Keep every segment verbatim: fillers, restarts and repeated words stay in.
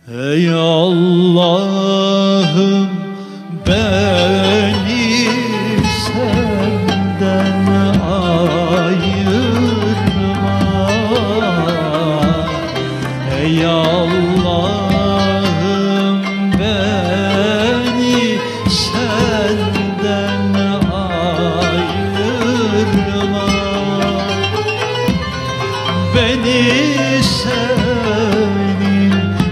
Ey Allah'ım, beni senden ayırma. Ey Allah'ım, beni senden ayırma. Beni senin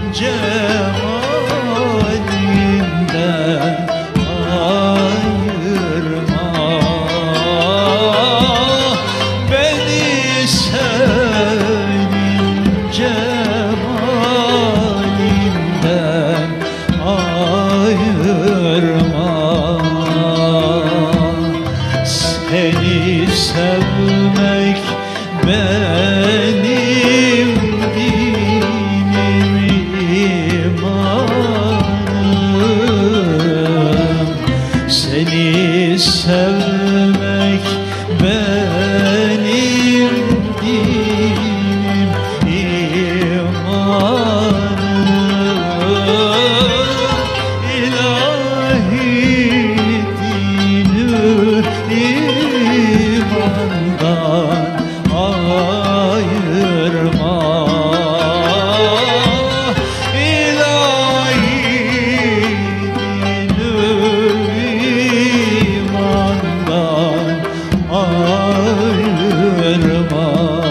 cemalinden ayırma. Beni senin cemalinden ayırma. Seni sevmek benim dinim, imanım. Seni sevmek benim dinim, imanım. İlahi dinü imandan ayırma. İlahi dinü imandan ayırma.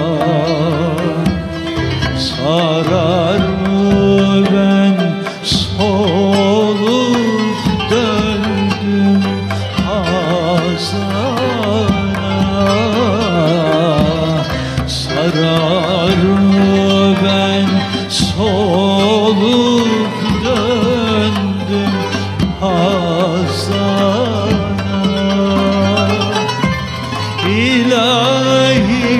Sarar mı ben solup döndüm hazana? Sarar mı ben solup döndüm hazana? İlahi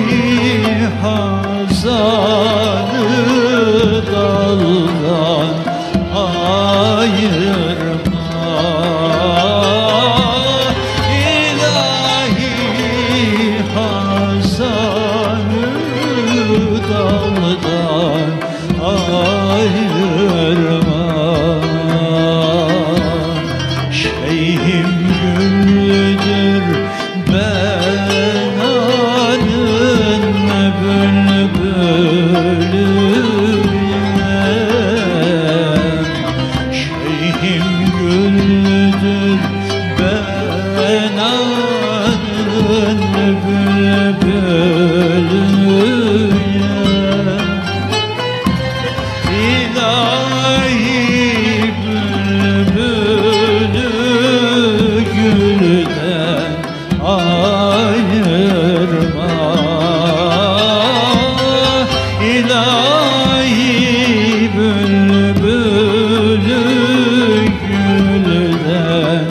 hazanı daldan ayırma. İlahi hazanı daldan ayırma. Şeyhim güldür ben anın bülbülüyem. Şeyhim güldür ben anın bülbülüyem. İlahi bülbülü gülden ayırma. İlahi bülbülü gülden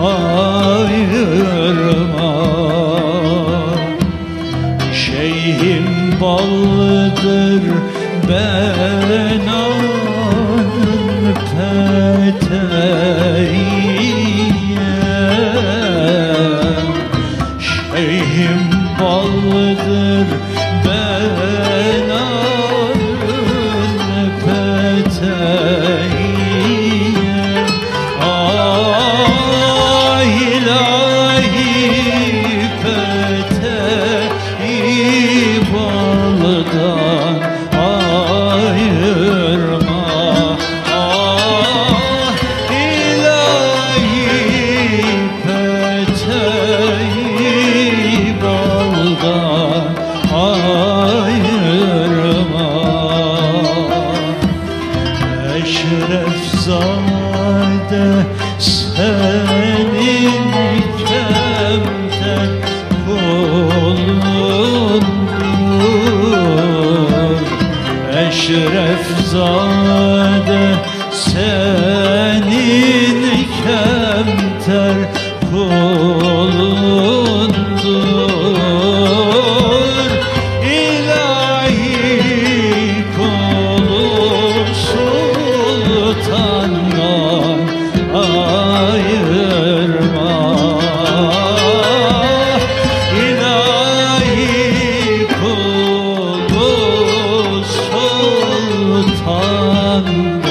ayırma. Şeyhim baldır ben anın peteğiyem. Şeyhim baldır ben anın peteğiyem. Ah ilahi peteği baldan ayırma. Ah ilahi peteği baldan ayırma. Eşrefzade senin kemter kulundur. Eşrefzade senin kemter kulundur. İlahi kulun sultandan ayırma. İlahi kulun sultandan